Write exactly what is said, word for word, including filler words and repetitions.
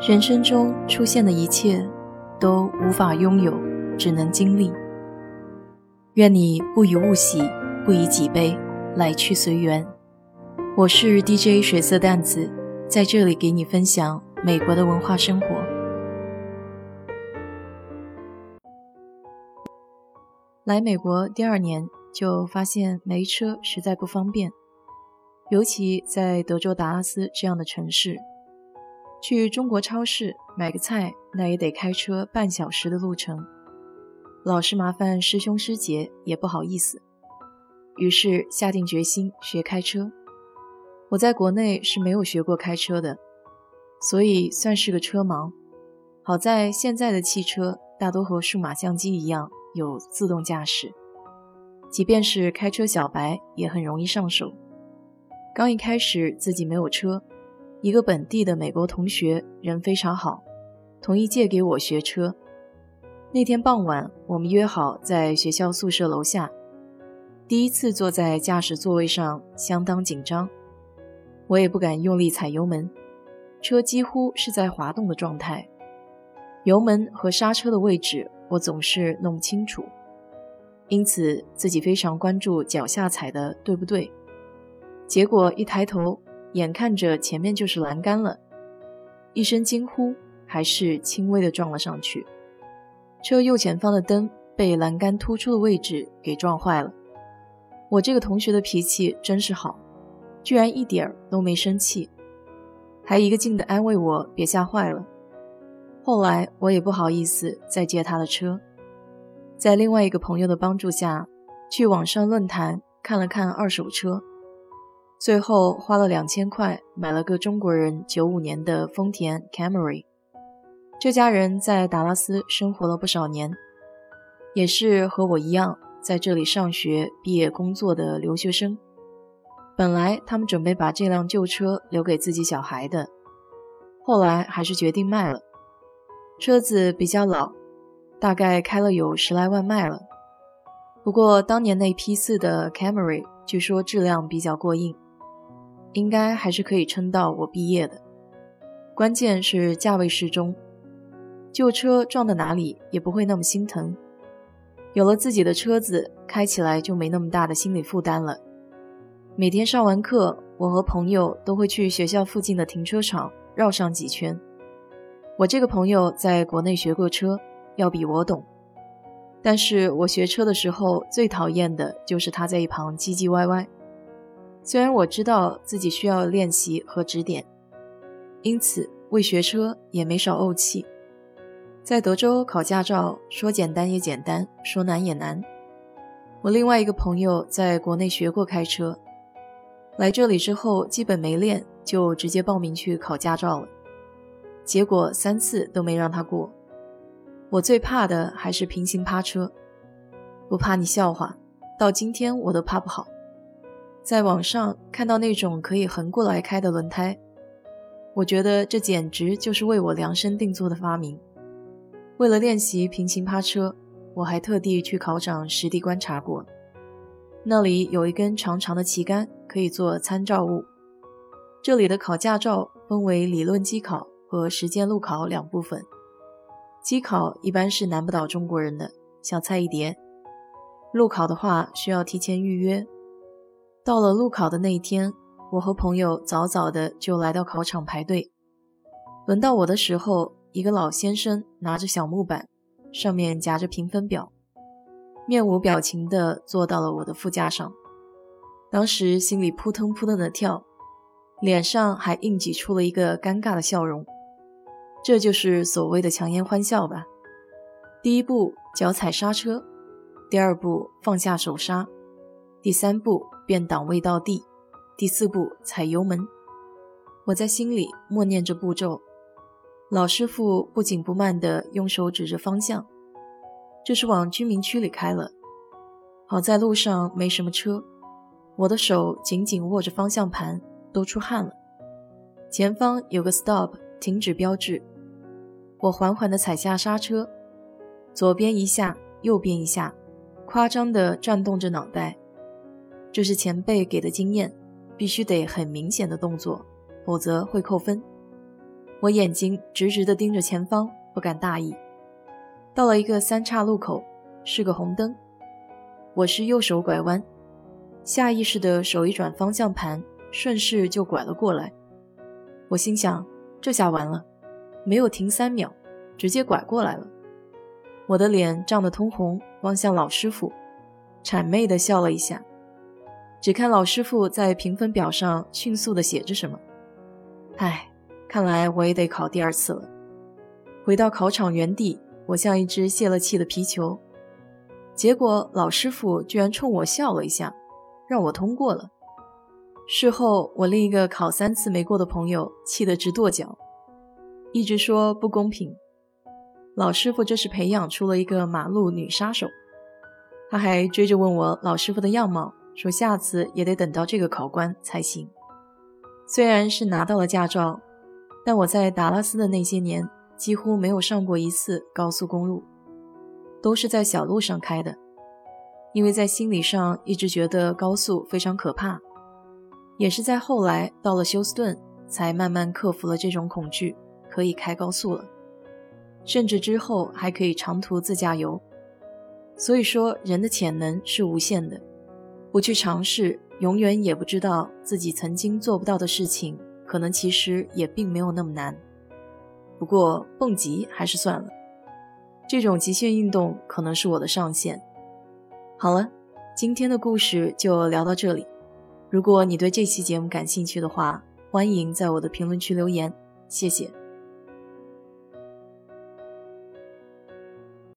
人生中出现的一切都无法拥有，只能经历。愿你不以物喜，不以己悲，来去随缘。我是 D J 水色淡子，在这里给你分享美国的文化生活。来美国第二年就发现没车实在不方便，尤其在德州达拉斯这样的城市，去中国超市买个菜那也得开车半小时的路程，老是麻烦师兄师姐也不好意思，于是下定决心学开车。我在国内是没有学过开车的，所以算是个车盲。好在现在的汽车大多和数码相机一样有自动驾驶，即便是开车小白也很容易上手。刚一开始自己没有车，一个本地的美国同学人非常好，同意借给我学车。那天傍晚我们约好在学校宿舍楼下，第一次坐在驾驶座位上相当紧张，我也不敢用力踩油门，车几乎是在滑动的状态，油门和刹车的位置我总是弄不清楚，因此自己非常关注脚下踩的对不对。结果一抬头，眼看着前面就是栏杆了，一声惊呼，还是轻微的撞了上去。车右前方的灯被栏杆突出的位置给撞坏了。我这个同学的脾气真是好，居然一点儿都没生气，还一个劲地安慰我别吓坏了。后来我也不好意思再借他的车，在另外一个朋友的帮助下，去网上论坛看了看二手车，最后花了两千块买了个中国人九五年的丰田 Camry。 这家人在达拉斯生活了不少年，也是和我一样在这里上学毕业工作的留学生。本来他们准备把这辆旧车留给自己小孩的，后来还是决定卖了。车子比较老，大概开了有十来万迈了。不过当年那批次的 Camry 据说质量比较过硬，应该还是可以撑到我毕业的。关键是价位适中，旧车撞到哪里也不会那么心疼。有了自己的车子，开起来就没那么大的心理负担了。每天上完课，我和朋友都会去学校附近的停车场绕上几圈。我这个朋友在国内学过车，要比我懂，但是我学车的时候最讨厌的就是他在一旁唧唧歪歪。虽然我知道自己需要练习和指点，因此为学车也没少怄气。在德州考驾照，说简单也简单，说难也难。我另外一个朋友在国内学过开车，来这里之后基本没练，就直接报名去考驾照了，结果三次都没让他过。我最怕的还是平行趴车，不怕你笑话，到今天我都怕不好。在网上看到那种可以横过来开的轮胎，我觉得这简直就是为我量身定做的发明。为了练习平行趴车，我还特地去考场实地观察过，那里有一根长长的旗杆可以做参照物。这里的考驾照分为理论机考和实践路考两部分，机考一般是难不倒中国人的，小菜一碟。路考的话需要提前预约。到了路考的那一天，我和朋友早早的就来到考场排队。轮到我的时候，一个老先生拿着小木板，上面夹着评分表，面无表情地坐到了我的副驾上。当时心里扑腾扑腾的跳，脸上还硬挤出了一个尴尬的笑容。这就是所谓的强颜欢笑吧。第一步脚踩刹车，第二步放下手刹，第三步变档位到地，第四步踩油门。我在心里默念着步骤，老师傅不紧不慢地用手指着方向，这是往居民区里开了。好在路上没什么车，我的手紧紧握着方向盘，都出汗了。前方有个 stop 停止标志，我缓缓地踩下刹车，左边一下，右边一下，夸张地转动着脑袋。这是前辈给的经验，必须得很明显的动作，否则会扣分。 我眼睛直直地盯着前方，不敢大意。到了一个三岔路口，是个红灯，我是右手拐弯，下意识地手一转方向盘，顺势就拐了过来。我心想，这下完了，没有停三秒，直接拐过来了。我的脸涨得通红，望向老师傅，谄媚地笑了一下。只看老师傅在评分表上迅速地写着什么。唉，看来我也得考第二次了。回到考场原地，我像一只泄了气的皮球。结果老师傅居然冲我笑了一下，让我通过了。事后我另一个考三次没过的朋友气得直跺脚，一直说不公平。老师傅这是培养出了一个马路女杀手。他还追着问我老师傅的样貌，说下次也得等到这个考官才行。虽然是拿到了驾照，但我在达拉斯的那些年几乎没有上过一次高速公路，都是在小路上开的。因为在心理上一直觉得高速非常可怕，也是在后来到了休斯顿才慢慢克服了这种恐惧，可以开高速了，甚至之后还可以长途自驾游。所以说人的潜能是无限的，不去尝试，永远也不知道自己曾经做不到的事情，可能其实也并没有那么难。不过蹦极还是算了，这种极限运动可能是我的上限。好了，今天的故事就聊到这里。如果你对这期节目感兴趣的话，欢迎在我的评论区留言，谢谢。